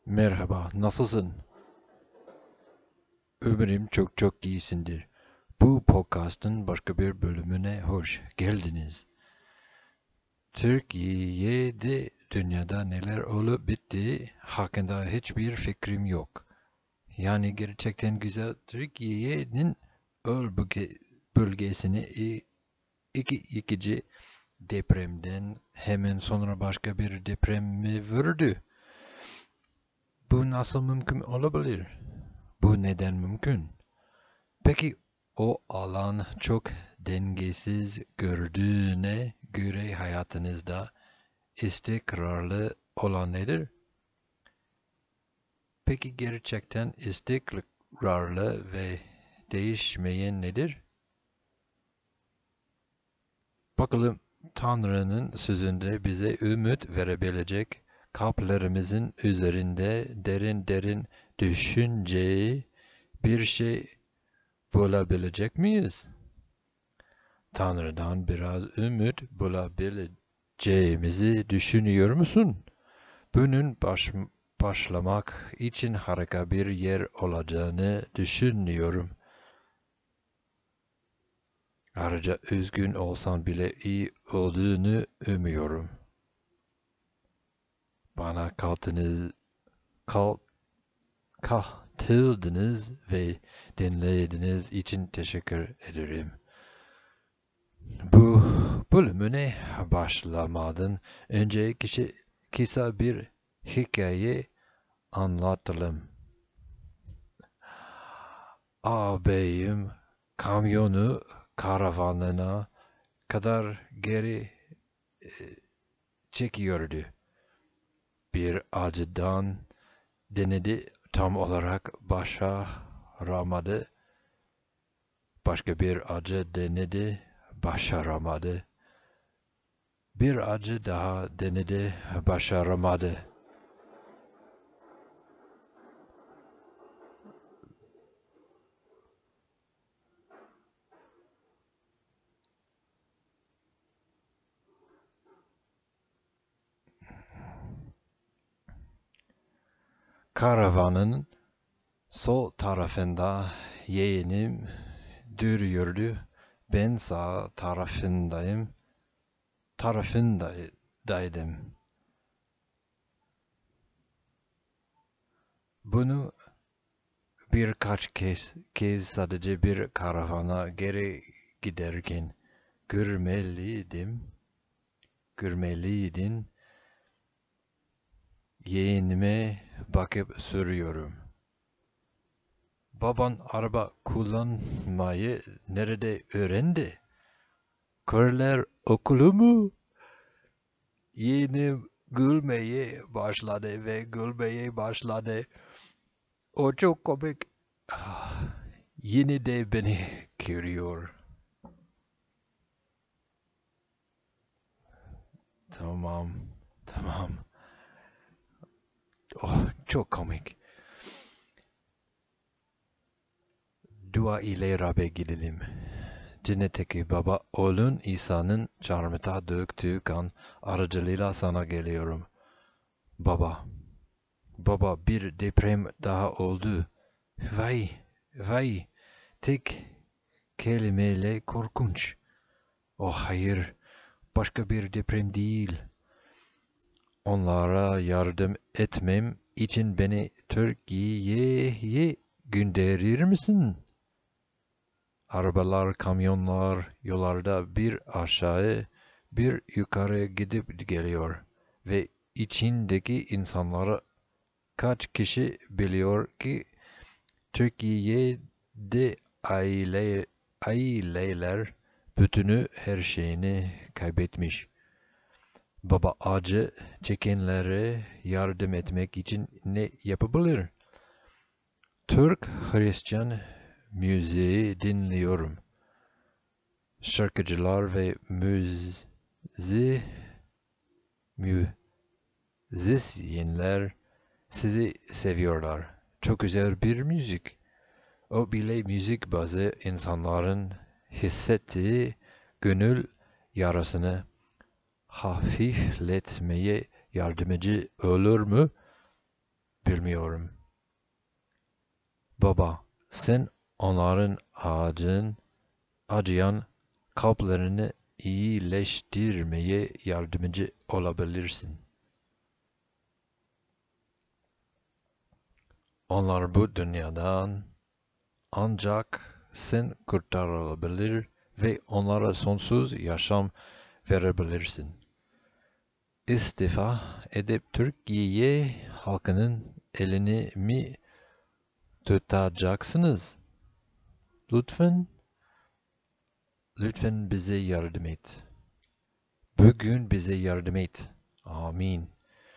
Merhaba, nasılsın? Umarım çok iyisindir. Bu podcast'ın başka bir bölümüne hoş geldiniz. Türkiye'de dünyada neler olup bittiği hakkında hiçbir fikrim yok. Yani gerçekten güzel Türkiye'nin bölgesini ikinci depremden hemen sonra başka bir deprem mi vurdu? Bu nasıl mümkün olabilir? Bu neden mümkün? Peki o alan çok dengesiz gördüğüne göre hayatınızda istikrarlı olan nedir? Peki gerçekten istikrarlı ve değişmeyen nedir? Bakalım Tanrı'nın sözünde bize ümit verebilecek kalplerimizin üzerinde derin düşüneceği bir şey bulabilecek miyiz? Tanrı'dan biraz ümit bulabileceğimizi düşünüyor musun? Bunun başlamak için harika bir yer olacağını düşünüyorum. Ayrıca üzgün olsan bile iyi olduğunu umuyorum. Bana kal- katıldınız ve dinlediğiniz için teşekkür ederim. Bu bölümüne başlamadan önce kısa bir hikaye anlatalım. Ağabeyim kamyonu karavanına kadar geri e, çekiyordu. Bir acıdan denedi, tam olarak başaramadı. Başka bir acı denedi, başaramadı. Bir acı daha denedi, başaramadı. Karavanın sol tarafında yeğenim duruyordu. Ben sağ tarafındaydım. Bunu birkaç kez sadece bir karavana geri giderken görmeliydin. Yeğenime bakıp soruyorum. Baban araba kullanmayı nerede öğrendi? Körler okulu mu? Yeğenim gülmeye başladı. O çok komik. Ah, yine de beni görüyor. Tamam, tamam. Oh, çok komik. Dua ile Rab'be gidelim. Cennetteki baba oğlun İsa'nın çarmıhta döktüğü kan aracılığıyla sana geliyorum. Baba, baba bir deprem daha oldu. Vay, vay, tek kelimeyle korkunç. Oh hayır, başka bir deprem değil. Onlara yardım etmem için beni Türkiye'ye gönderir misin? Arabalar, kamyonlar yollarda bir aşağı bir yukarı gidip geliyor ve içindeki insanları kaç kişi biliyor ki Türkiye'de aileler bütünü her şeyini kaybetmiş. Baba acı çekenlere yardım etmek için ne yapabilir? Türk Hristiyan müziği dinliyorum. Şarkıcılar ve müzi, müzisyenler sizi seviyorlar. Çok güzel bir müzik. O bile müzik bazı insanların hissettiği gönül yarasını hafifletmeye yardımcı olur mu? bilmiyorum. Baba, sen onların acıyan kalplerini iyileştirmeye yardımcı olabilirsin. Onlar bu dünyadan ancak sen kurtarabilir ve onlara sonsuz yaşam verebilirsin. İstifa edip Türkiye halkının elini mi tutacaksınız? Lütfen, lütfen bize yardım et. Bugün bize yardım et. Amin.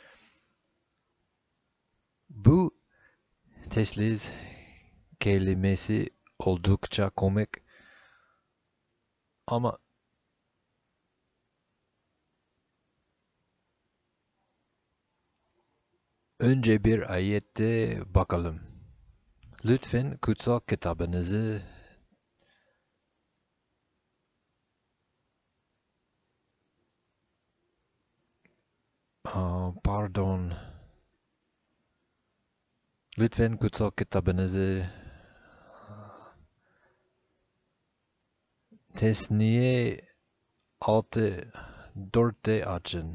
Bu teslis kelimesi oldukça komik ama önce bir ayette bakalım. Lütfen kutsal kitabınızı pardon. Lütfen kutsal kitabınızı Tesniye 6:4'te açın.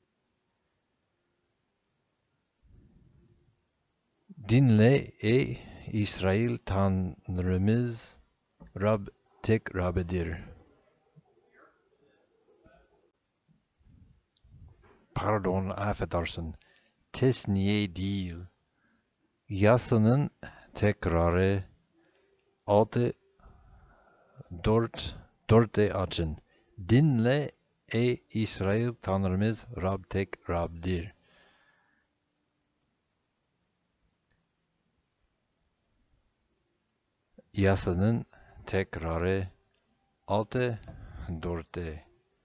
Dinle ey İsrail Tanrımız Rab tek Rab'dir. Pardon, affedersin. Tesniye değil. Yasanın tekrarı 6:4'te açın. Dinle ey İsrail Tanrımız Rab tek Rab'dir. Yasanın tekrarı 6:4'te.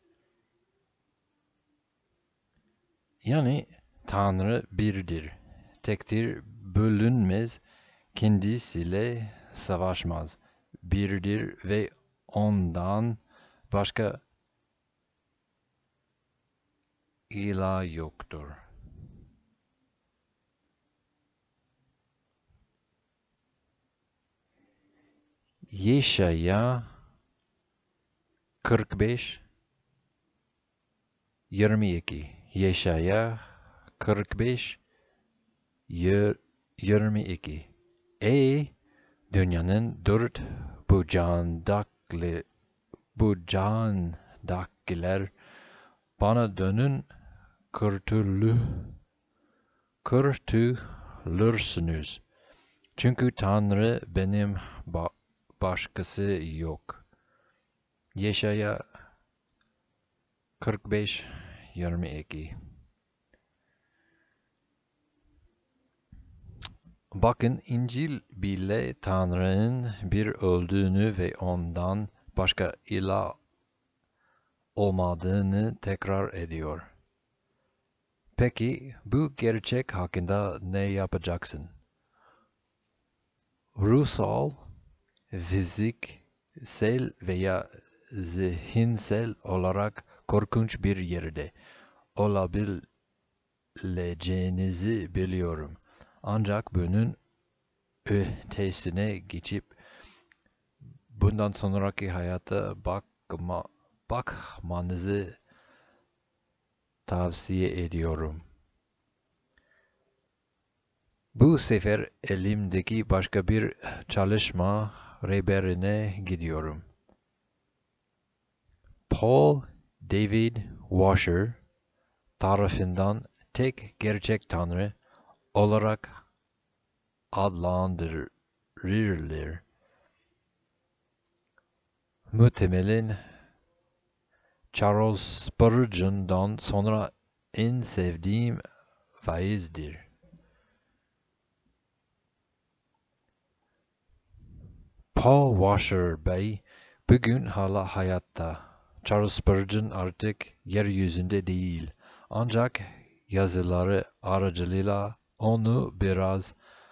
Yani Tanrı birdir, tektir, bölünmez, kendisiyle savaşmaz, birdir ve ondan başka ilah yoktur. Yeşaya 45:22. Yeşaya 45:22. Ey dünyanın dört bucağındakiler, bana dönün, kurtulursunuz. Çünkü Tanrı benim, başkası yok. Yeşaya 45:22. Bakın, İncil bile Tanrı'nın bir olduğunu ve ondan başka ilah olmadığını tekrar ediyor. Peki bu gerçek hakkında ne yapacaksın? Ruhsal, fiziksel veya zihinsel olarak korkunç bir yerde olabileceğinizi biliyorum. Ancak bunun ötesine geçip bundan sonraki hayata bakmanızı tavsiye ediyorum. Bu sefer elimdeki başka bir çalışma rehberine gidiyorum. Paul David Washer tarafından tek gerçek Tanrı olarak adlandırılır. Muhtemelen Charles Spurgeon'dan sonra en sevdiğim vaizdir. Paul Washer Bey bugün hala hayatta. Charles Spurgeon artık yeryüzünde değil. Ancak yazıları aracılığıyla onu biraz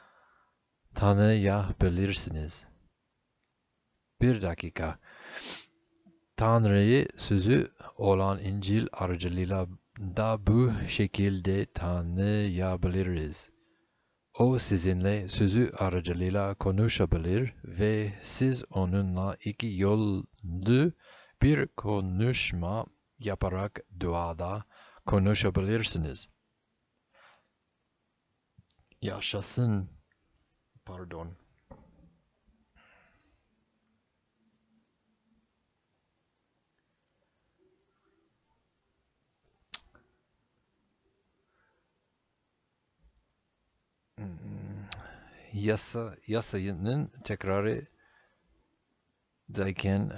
tanıyabilirsiniz. Bir dakika. Tanrı'yı sözü olan İncil aracılığıyla da bu şekilde tanıyabiliriz. O sizinle sözü aracılığıyla konuşabilir ve siz onunla iki yönlü bir konuşma yaparak duada konuşabilirsiniz. Yaşasın, pardon. Yasanın tekrarı dayken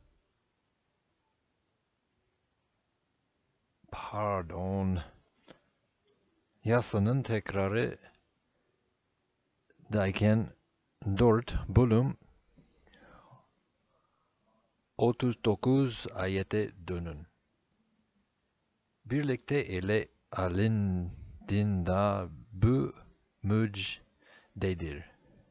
yasanın tekrarı dayken 4 bölüm 39 ayete dönün. Birlikte ele alındığında bu müjdedir.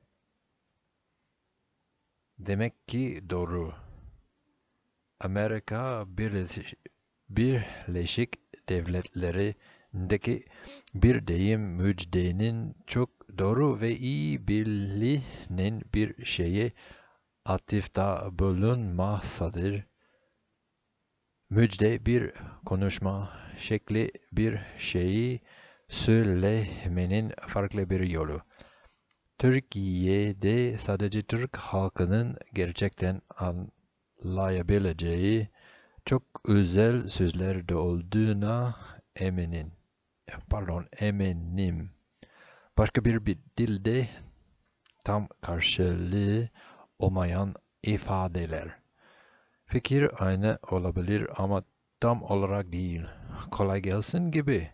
Demek ki doğru. Amerika Birleşik Devletleri'ndeki bir deyim müjdenin çok doğru ve iyi bilinen bir şeye atıfta bulunmasıdır. Müjde bir konuşma şekli, bir şeyi söylemenin farklı bir yolu. Türkiye'de sadece Türk halkının gerçekten anlayabileceği çok özel sözler de olduğuna eminim. Başka bir dilde tam karşılığı olmayan ifadeler. Fikir aynı olabilir ama tam olarak değil. Kolay gelsin gibi.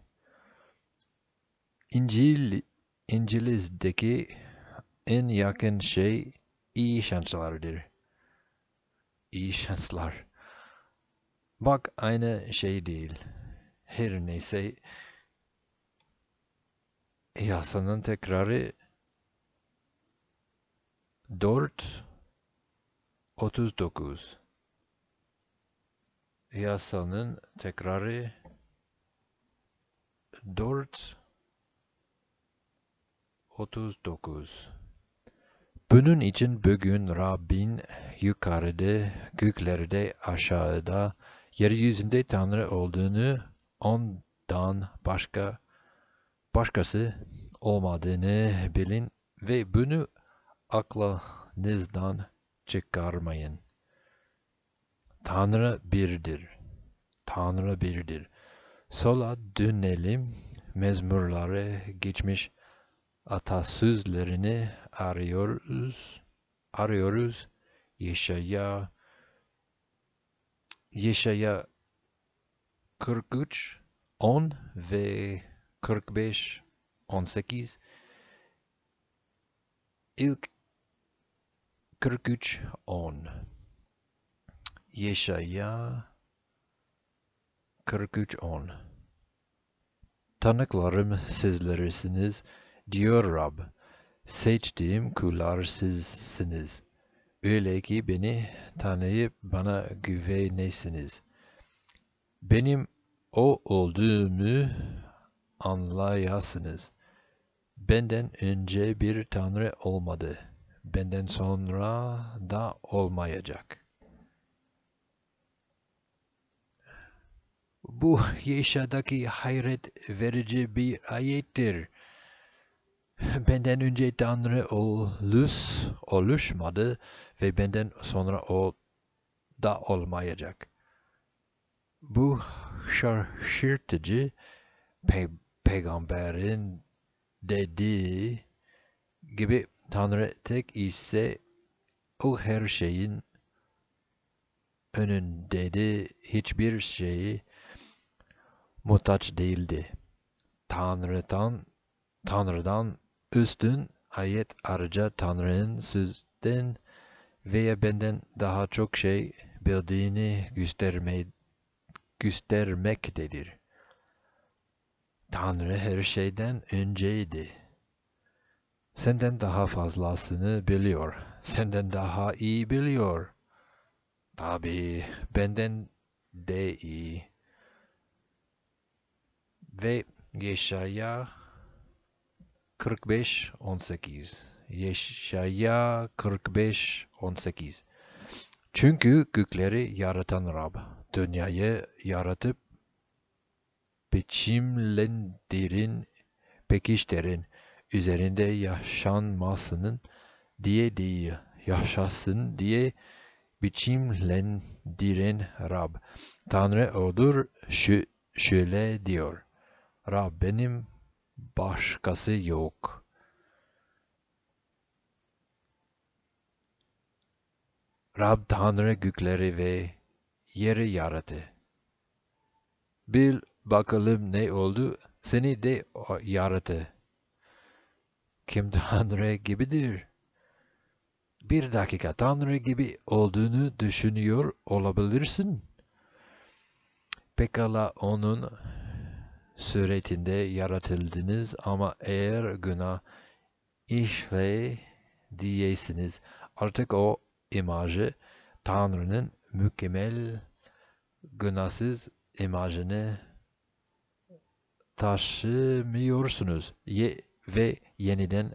İngilizce'deki en yakın şey iyi şanslardır. İyi şanslar. Bak aynı şey değil. Her neyse yasanın tekrarı 4:39. Yasanın tekrarı 4:39. Bunun için bugün Rabbin yukarıda, göklerde, aşağıda, yeryüzünde Tanrı olduğunu, ondan başkası olmadığını bilin ve bunu aklınızdan çıkarmayın. Tanrı birdir. Tanrı birdir. Sola dönelim. Mezmurları geçmiş atasözlerini arıyoruz. Yeşaya 43:10 ve 45:18. İlk 43:10. Yeşaya 43:10. Tanıklarım sizlersiniz, diyor Rab. Seçtiğim kullar sizsiniz. Öyle ki beni tanıyıp bana güvenesiniz. Benim o olduğumu anlayasınız. Benden önce bir tanrı olmadı. Benden sonra da olmayacak. Bu Yeşa'daki hayret verici bir ayettir. Benden önce Tanrı oluşmadı ve benden sonra o da olmayacak. Bu şaşırtıcı peygamberin dediği gibi Tanrı tek ise o her şeyin önünde hiçbir şeye muhtaç değildi. Tanrı'dan üstün ayet ayrıca Tanrı'nın sizden veya benden daha çok şey bildiğini göstermektedir. Tanrı her şeyden önceydi. Senden daha fazlasını biliyor. Senden daha iyi biliyor. Tabii benden de iyi. Ve Yeşaya 45-18. Yeşaya 45-18. Çünkü gökleri yaratan Rab, dünyayı yaratıp biçimlendirin, pekiştirin, üzerinde yaşanmasının diye değil, yaşasın diye biçimlendiren Rab. Tanrı odur, şöyle diyor. Rab benim, başkası yok. Rab Tanrı gökleri ve yeri yarattı. Bil bakalım ne oldu? Seni de yarattı. Kim Tanrı gibidir? Bir dakika, Tanrı gibi olduğunu düşünüyor olabilirsin. Pekala onun suretinde yaratıldınız ama eğer günah işlediyseniz artık o imajı Tanrı'nın mükemmel günahsız imajını taşımıyorsunuz ve yeniden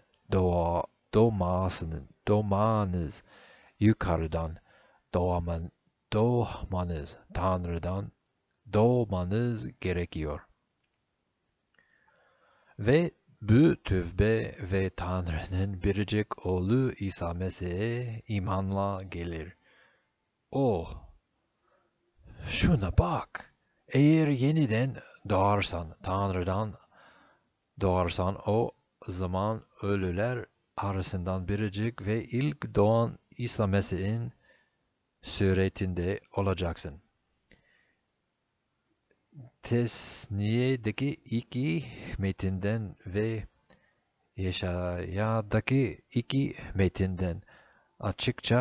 doğmanız yukarıdan doğmanız Tanrı'dan doğmanız gerekiyor. Ve bu tövbe ve Tanrı'nın biricik oğlu İsa Mesih'e imanla gelir. Şuna bak. Eğer yeniden doğarsan, Tanrı'dan doğarsan o zaman ölüler arasından biricik ve ilk doğan İsa Mesih'in suretinde olacaksın. Tesniye'deki iki metinden ve Yeşaya'daki iki metinden açıkça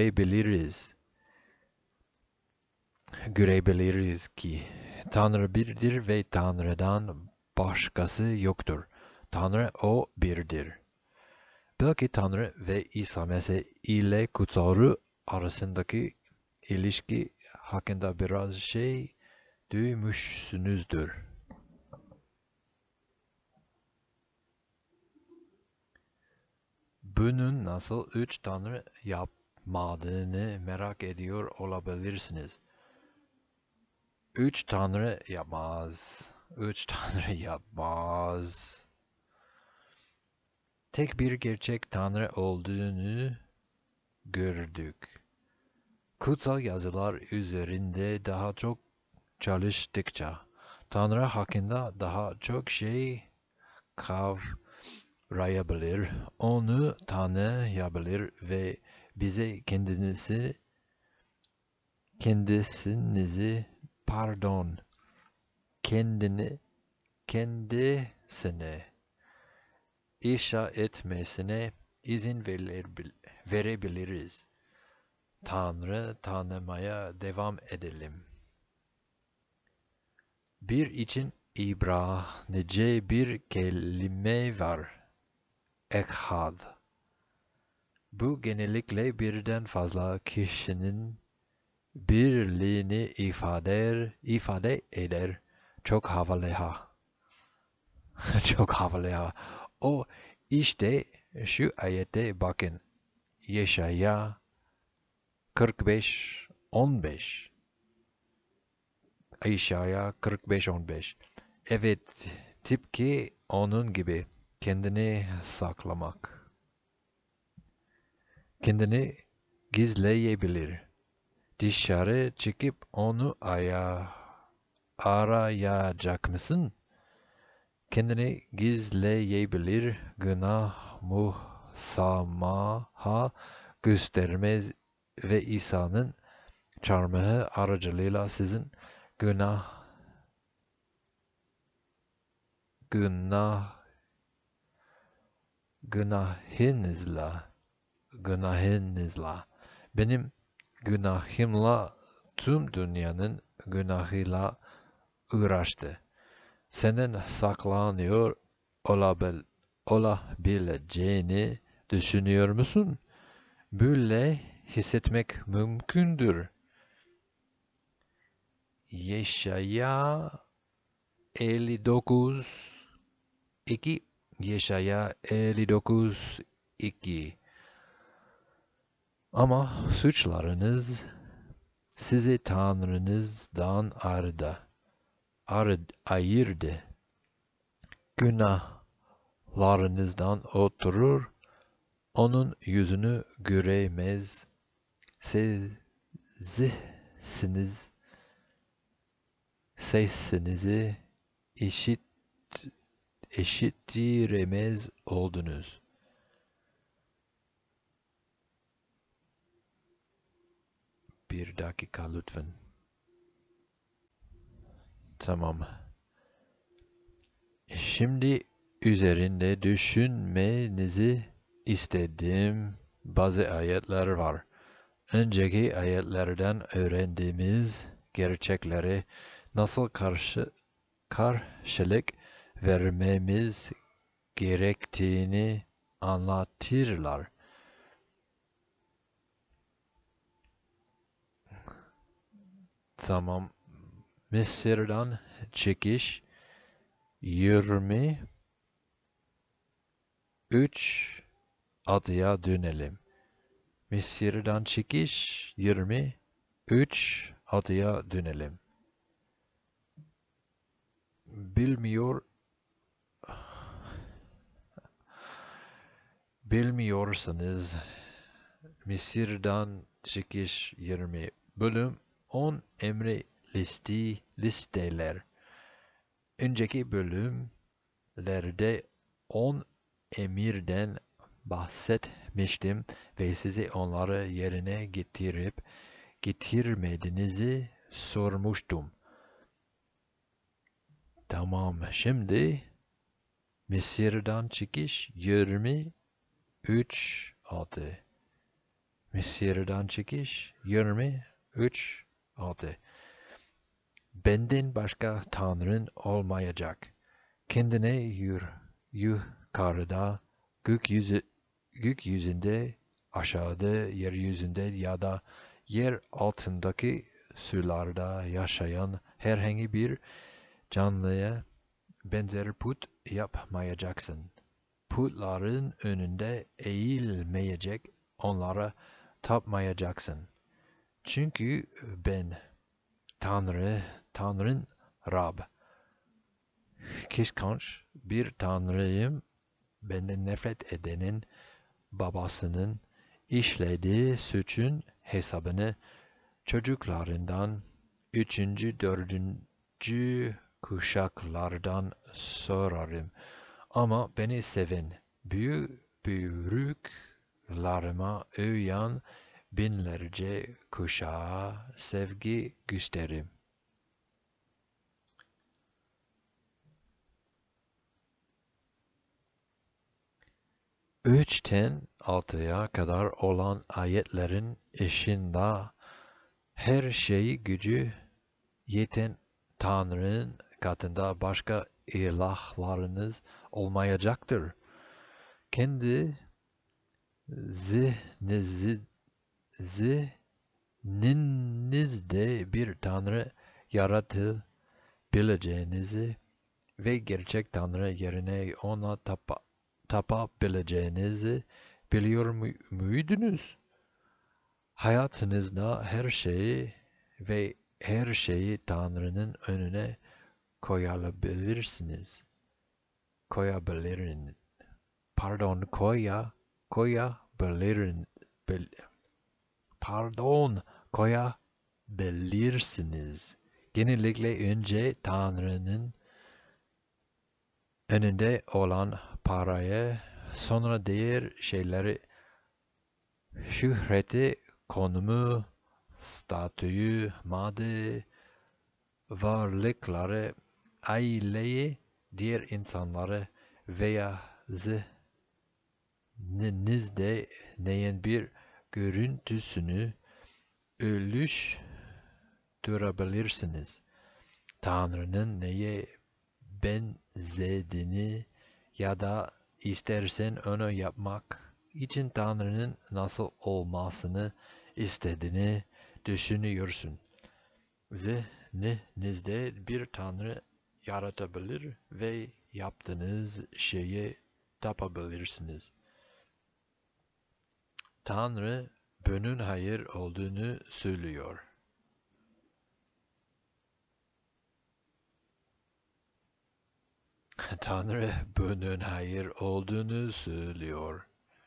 görebiliriz ki Tanrı birdir ve Tanrı'dan başkası yoktur. Tanrı o birdir. Belki Tanrı ve İsa Mesih ile kutsallığı arasındaki ilişki hakkında biraz şey duymuşsunuzdur. Bunun nasıl üç Tanrı yapmadığını merak ediyor olabilirsiniz. Üç Tanrı yapmaz. Üç Tanrı yapmaz. Tek bir gerçek Tanrı olduğunu gördük. Kutsal yazılar üzerinde daha çok çalıştıkça Tanrı hakkında daha çok şey kavrayabilir, onu tanıyabilir ve bize kendisini kendisine ifşa etmesine izin verebiliriz. Tanrı tanımaya devam edelim. Bir için İbranice bir kelime var. Echad. Bu genellikle birden fazla kişinin birliğini ifade eder. Çok havalı ha. Çok havalı ha. O işte şu ayette bakın. Yeşaya 45-15. Yeşaya 45-15. Evet, tıpkı onun gibi kendini saklamak. Kendini gizleyebilir. Dışarı çıkıp onu arayacak mısın? Kendini gizleyebilir, günah musamaha göstermez ve İsa'nın çarmıhı aracılığıyla sizin günahınızla benim günahımla tüm dünyanın günahıyla uğraştı. Senden saklanıyor olabileceğini düşünüyor musun? Böyle hissetmek mümkündür. Yeşaya 59 2 Yeşaya 59:2. Ama suçlarınız sizi Tanrınızdan ayırdı. Günahlarınızdan oturur, onun yüzünü göremez. Sesinizi işitiremez oldunuz. Bir dakika lütfen. Tamam. Şimdi üzerinde düşünmenizi istediğim bazı ayetler var. Önceki ayetlerden öğrendiğimiz gerçekleri nasıl karşılık vermemiz gerektiğini anlatırlar. Tamam. Mısır'dan çıkış 23 adıya dönelim. Mısır'dan çıkış 23 adıya dönelim. Bilmiyorsanız Mısır'dan çıkış 20 bölüm 10 emri listeler. Önceki bölümlerde 10 emirden bahsetmiştim ve size onları yerine getirip getirmediğinizi sormuştum. Tamam, şimdi Mısır'dan çıkış 23:6. Mısır'dan çıkış 23:6. Benden başka tanrın olmayacak. Kendine yukarıda, gökyüzünde, aşağıda, yeryüzünde ya da yer altındaki sularda yaşayan herhangi bir canlıya benzer put yapmayacaksın. Putların önünde eğilmeyecek, onlara tapmayacaksın. Çünkü ben Tanrın Rab, kıskanç bir Tanrıyım. Benden nefret edenin babasının işlediği suçun hesabını çocuklarından 3. 4. kuşaklardan sorarım. Ama beni seven, büyüklerime uyan binlerce kuşağa sevgi gösteririm. 3'ten 6'ya kadar olan ayetlerin ışığında her şeyi gücü yeten Tanrı'nın katında başka ilahlarınız olmayacaktır. Kendi zihninizde bir Tanrı yaratabileceğinizi ve gerçek Tanrı yerine ona tapabileceğinizi biliyor muydunuz? Hayatınızda her şeyi ve her şeyi Tanrı'nın önüne koyabilirsiniz. Koyabilirsiniz. Koyabilirsiniz. Genellikle önce Tanrı'nın önünde olan parayı, sonra diğer şeyleri, şöhreti, konumu, statüyü, madde, varlıkları, aileyi, diğer insanları veya zihninizde neyin bir görüntüsünü oluşturabilirsiniz. Tanrı'nın neye benzediğini ya da istersen onu yapmak için Tanrı'nın nasıl olmasını istediğini düşünüyorsun. Zihninizde bir Tanrı yaratabilir ve yaptığınız şeyi tapabilirsiniz. Tanrı bunun hayır olduğunu söylüyor. Tanrı bunun hayır olduğunu söylüyor.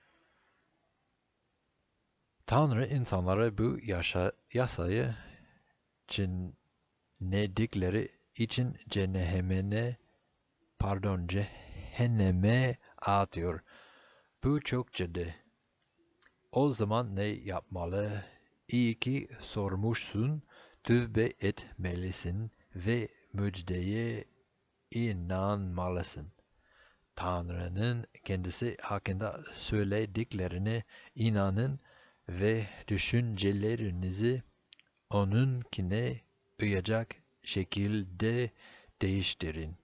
Tanrı insanlara bu yasayı çiğnedikleri için cehenneme atıyor. Bu çok ciddi. O zaman ne yapmalı? İyi ki sormuşsun, tövbe etmelisin ve müjdeye inanmalısın. Tanrı'nın kendisi hakkında söylediklerine inanın ve düşüncelerinizi onunkine uyacak şekilde değiştirin.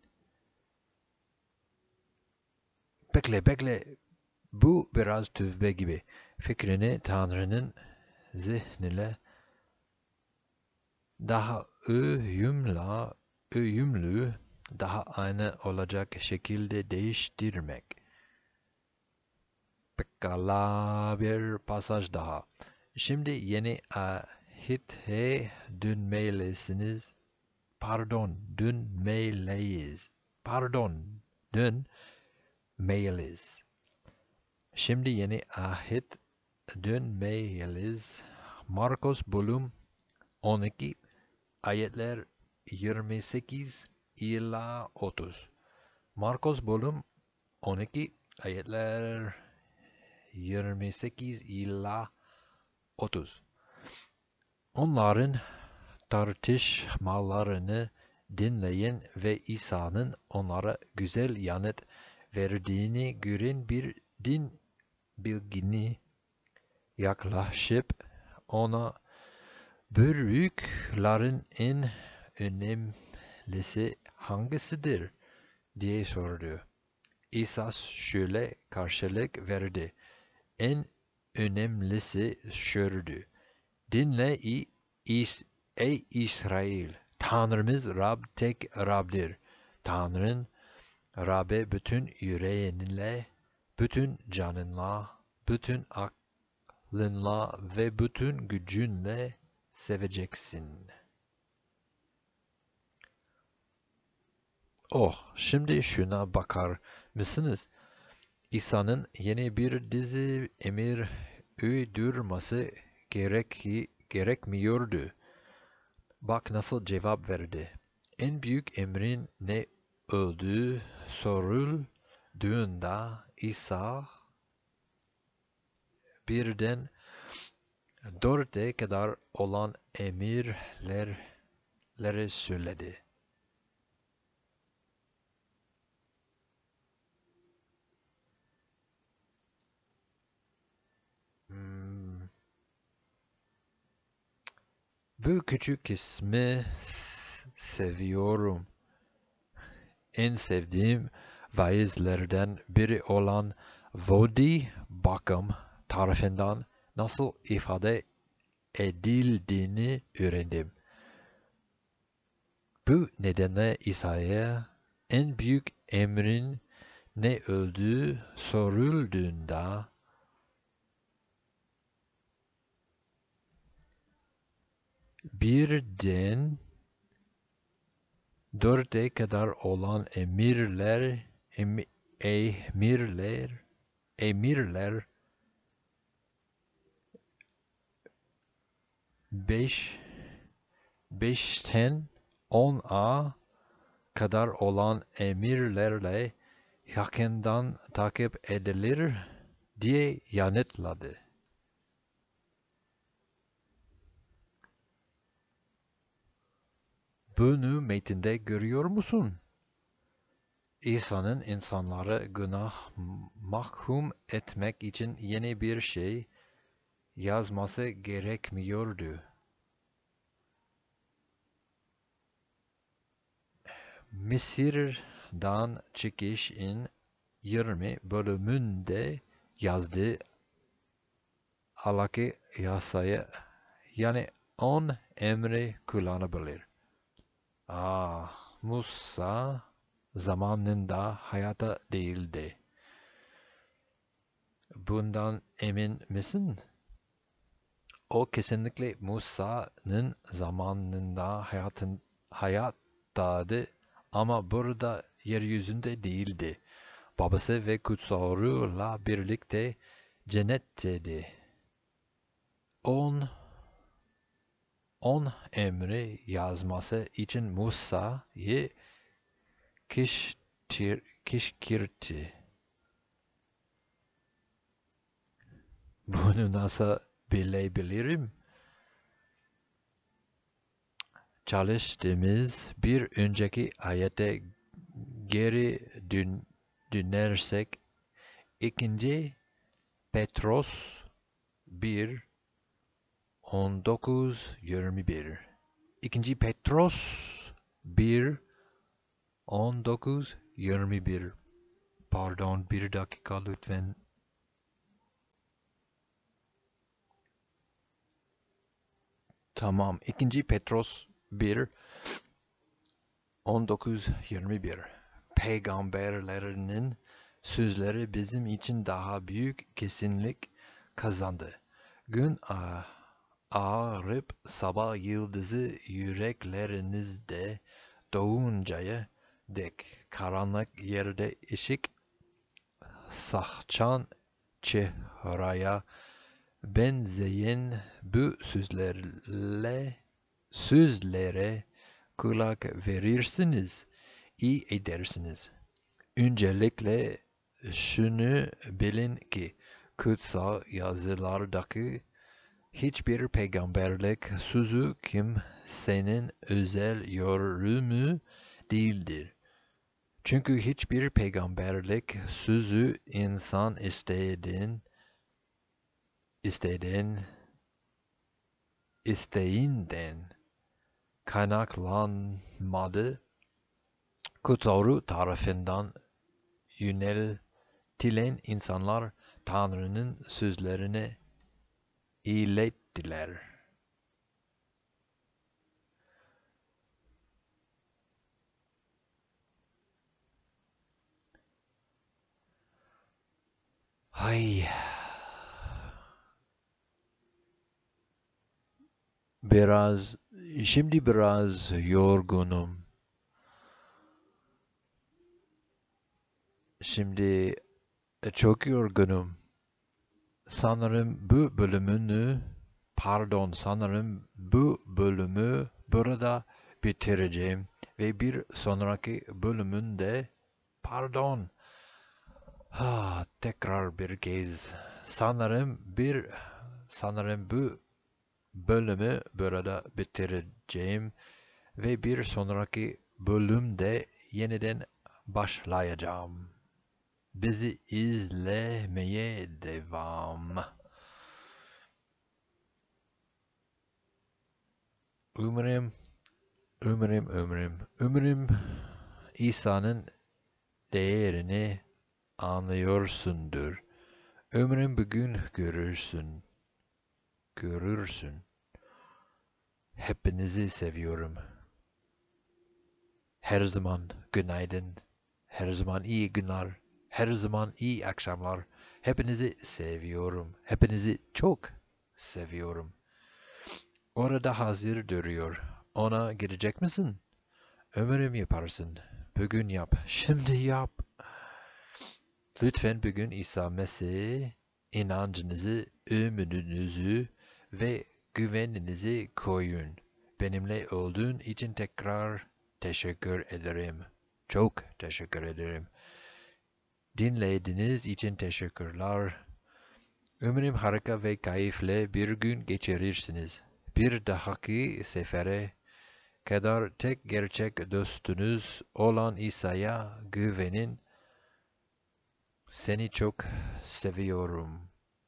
Bekle. Bu biraz tövbe gibi. Fikrini Tanrı'nın zihniyle daha uyumlu, daha aynı olacak şekilde değiştirmek. Pekala bir pasaj daha. Şimdi yeni ahite dönmelisiniz. Dönmeliyiz. Şimdi yeni ahit dönmeliyiz. Markos bölüm 12 ayetler 28 ila 30. Markos bölüm 12 ayetler 28 ila 30. Onların tartışmalarını dinleyin ve İsa'nın onlara güzel yanıt verdiğini gören bir din bilgini yaklaşıp ona büyüklerin en önemlisi hangisidir diye sordu. İsa şöyle karşılık verdi. En önemlisi şuydu. Dinle ey İsrail, Tanrımız Rab tek Rab'dir. Tanrın Rab'be bütün yüreğinle, bütün canınla, bütün aklınla ve bütün gücünle seveceksin. Şimdi şuna bakar mısınız? İsa'nın yeni bir dizi emir uydurması gerekmiyordu. Bak nasıl cevap verdi. En büyük emrin ne olduğu sorulduğunda İsa birden dörde kadar olan emirleri söyledi. Bu küçük kısmı seviyorum. En sevdiğim vaizlerden biri olan Voddie Baucham tarafından nasıl ifade edildiğini öğrendim. Bu nedenle İsa'ya en büyük emrin ne olduğu sorulduğunda birden dörde kadar olan emirler 5'ten 10'a kadar olan emirlerle yakından takip edilir diye yanıtladı. Bunu metinde görüyor musun? İsa'nın insanları günah mahkum etmek için yeni bir şey yazması gerekmiyordu. Mısır'dan çıkışın 20 bölümünde yazdığı alaki yasayı yani 10 emri kullanabilir. Musa zamanında hayata değildi. Bundan emin misin? O kesinlikle Musa'nın zamanında hayattaydı ama burada yeryüzünde değildi. Babası ve kutsal ruhla birlikte cennetteydi. On, on emri yazması için Musa'yı kışkırttı. Bunu nasıl bilebilirim? Çalıştığımız bir önceki ayete geri dönersek 2. Petros 1 19 21 2. Petros 1 19 21 Pardon, bir dakika lütfen. Tamam. 2. Petros 1 19 21 Peygamberlerinin sözleri bizim için daha büyük kesinlik kazandı. Gün ağarıp sabah yıldızı yüreklerinizde doğuncaya dek karanlık yerde ışık saçan çehraya benzeyen bu sözlere kulak verirsiniz, iyi edersiniz. Öncelikle şunu bilin ki kutsal yazılardaki hiçbir peygamberlik sözü kimsenin özel yorumu değildir. Çünkü hiçbir peygamberlik sözü insan isteğinden kaynaklanmadı. Kutsal Ruh tarafından yöneltilen insanlar Tanrı'nın sözlerini ilettiler. Hay. Şimdi biraz yorgunum. Şimdi çok yorgunum. Sanırım bu bölümü burada bitireceğim ve bir sonraki bölümünde tekrar bir kez sanırım bu bölümü burada bitireceğim ve bir sonraki bölümde yeniden başlayacağım. Bizi izlemeye devam. Umarım İsa'nın değerini anlıyorsundur. Umarım bugün görürsün. Hepinizi seviyorum. Her zaman günaydın, her zaman iyi günler, her zaman iyi akşamlar. Hepinizi seviyorum. Hepinizi çok seviyorum. Orada hazır duruyor. Ona gidecek misin? Umarım yaparsın. Bugün yap. Şimdi yap. Lütfen bugün İsa Mesih'e inancınızı, ümidinizi ve güveninizi koyun. Benimle olduğun için tekrar teşekkür ederim. Çok teşekkür ederim. Dinlediğiniz için teşekkürler. Umarım harika ve keyifli bir gün geçirirsiniz. Bir dahaki sefere kadar tek gerçek dostunuz olan İsa'ya güvenin. Seni çok seviyorum.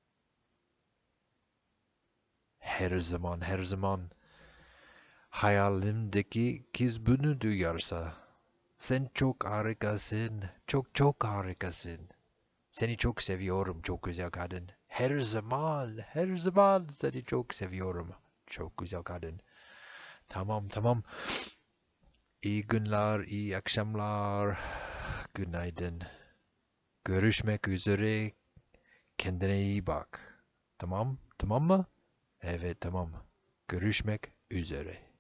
Her zaman hayalimdeki kız bunu duyarsa. Sen çok harikasın. Çok harikasın. Seni çok seviyorum çok güzel kadın. Her zaman seni çok seviyorum. Çok güzel kadın. Tamam. İyi günler, iyi akşamlar. Günaydın. Görüşmek üzere. kendine iyi bak. Tamam, tamam mı? Evet, tamam. Görüşmek üzere.